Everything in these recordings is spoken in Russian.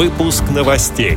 Выпуск новостей.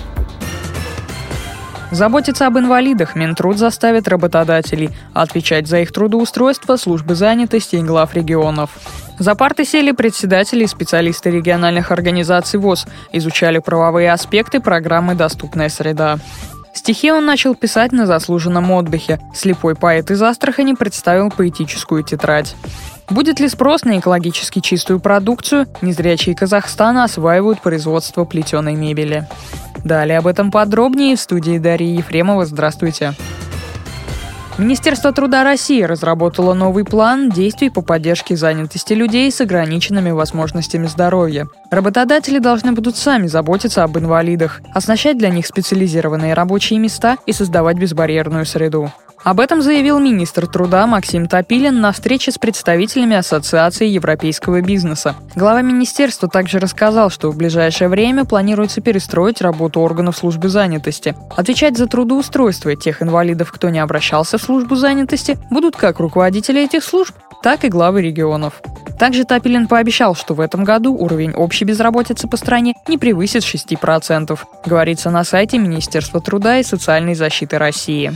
Заботиться об инвалидах Минтруд заставит работодателей, отвечать за их трудоустройство службы занятости и глав регионов. За парты сели председатели и специалисты региональных организаций ВОС, изучали правовые аспекты программы «Доступная среда». Стихи он начал писать на заслуженном отдыхе. Слепой поэт из Астрахани представил поэтическую тетрадь. Будет ли спрос на экологически чистую продукцию? Незрячие Казахстана осваивают производство плетеной мебели. Далее об этом подробнее в студии Дарьи Ефремова. Здравствуйте. Министерство труда России разработало новый план действий по поддержке занятости людей с ограниченными возможностями здоровья. Работодатели должны будут сами заботиться об инвалидах, оснащать для них специализированные рабочие места и создавать безбарьерную среду. Об этом заявил министр труда Максим Топилин на встрече с представителями Ассоциации европейского бизнеса. Глава министерства также рассказал, что в ближайшее время планируется перестроить работу органов службы занятости. Отвечать за трудоустройство тех инвалидов, кто не обращался в службу занятости, будут как руководители этих служб, так и главы регионов. Также Топилин пообещал, что в этом году уровень общей безработицы по стране не превысит 6%, говорится на сайте Министерства труда и социальной защиты России.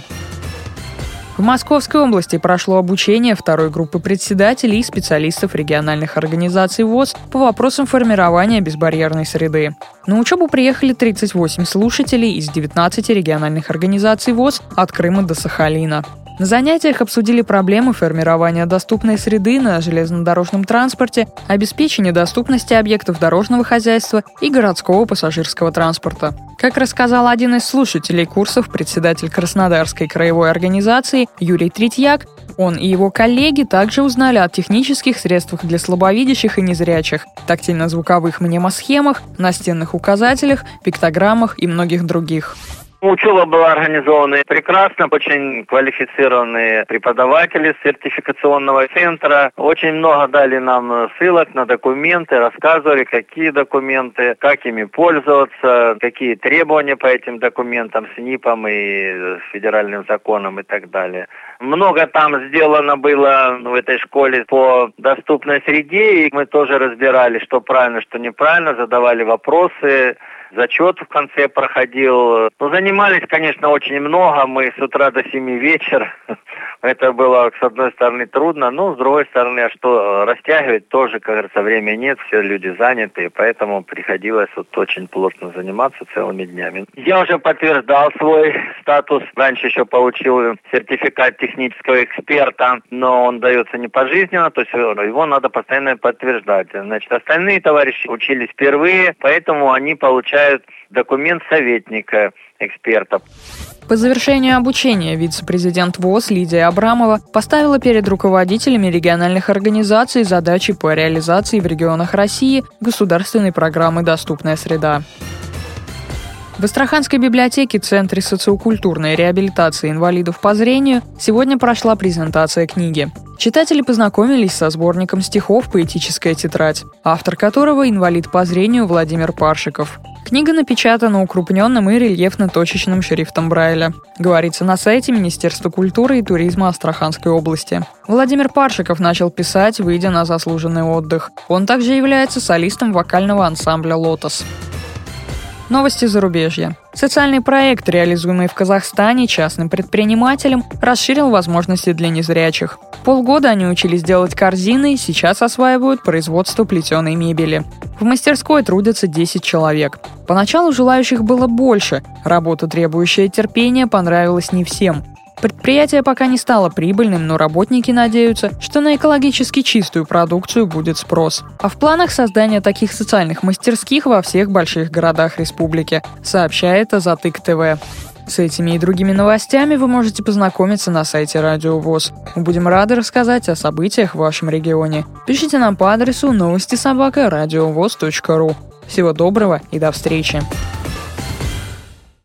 В Московской области прошло обучение второй группы председателей и специалистов региональных организаций ВОС по вопросам формирования безбарьерной среды. На учебу приехали 38 слушателей из 19 региональных организаций ВОС от Крыма до Сахалина. На занятиях обсудили проблемы формирования доступной среды на железнодорожном транспорте, обеспечение доступности объектов дорожного хозяйства и городского пассажирского транспорта. Как рассказал один из слушателей курсов, председатель Краснодарской краевой организации Юрий Третьяк, он и его коллеги также узнали о технических средствах для слабовидящих и незрячих, тактильно-звуковых мнемосхемах, настенных указателях, пиктограммах и многих других. Учеба была организована прекрасно, очень квалифицированные преподаватели сертификационного центра. Очень много дали нам ссылок на документы, рассказывали, какие документы, как ими пользоваться, какие требования по этим документам с НИПом и с федеральным законом и так далее. Много там сделано было в этой школе по доступной среде, и мы тоже разбирали, что правильно, что неправильно, задавали вопросы. Зачет в конце проходил. Занимались, конечно, очень много. Мы с утра до 7 вечера. Это было, с одной стороны, трудно, но с другой стороны, а что растягивать тоже, как говорится, времени нет, все люди заняты, поэтому приходилось очень плотно заниматься целыми днями. Я уже подтверждал свой статус. Раньше еще получил сертификат технического эксперта, но он дается не пожизненно, то есть его надо постоянно подтверждать. Значит, остальные товарищи учились впервые, поэтому они получают документ советника эксперта. По завершению обучения вице-президент ВОС Лидия Абрамова поставила перед руководителями региональных организаций задачи по реализации в регионах России государственной программы «Доступная среда». В Астраханской библиотеке Центре социокультурной реабилитации инвалидов по зрению сегодня прошла презентация книги. Читатели познакомились со сборником стихов «Поэтическая тетрадь», автор которого инвалид по зрению Владимир Паршиков. Книга напечатана укрупненным и рельефно-точечным шрифтом Брайля, говорится на сайте Министерства культуры и туризма Астраханской области. Владимир Паршиков начал писать, выйдя на заслуженный отдых. Он также является солистом вокального ансамбля «Лотос». Новости зарубежья. Социальный проект, реализуемый в Казахстане частным предпринимателем, расширил возможности для незрячих. Полгода они учились делать корзины, сейчас осваивают производство плетеной мебели. В мастерской трудятся 10 человек. Поначалу желающих было больше. Работа, требующая терпения, понравилась не всем. Предприятие пока не стало прибыльным, но работники надеются, что на экологически чистую продукцию будет спрос. А в планах создание таких социальных мастерских во всех больших городах республики, сообщает Азатык ТВ. С этими и другими новостями вы можете познакомиться на сайте Радио ВОС. Мы будем рады рассказать о событиях в вашем регионе. Пишите нам по адресу новости@радиовос.ру. Всего доброго и до встречи!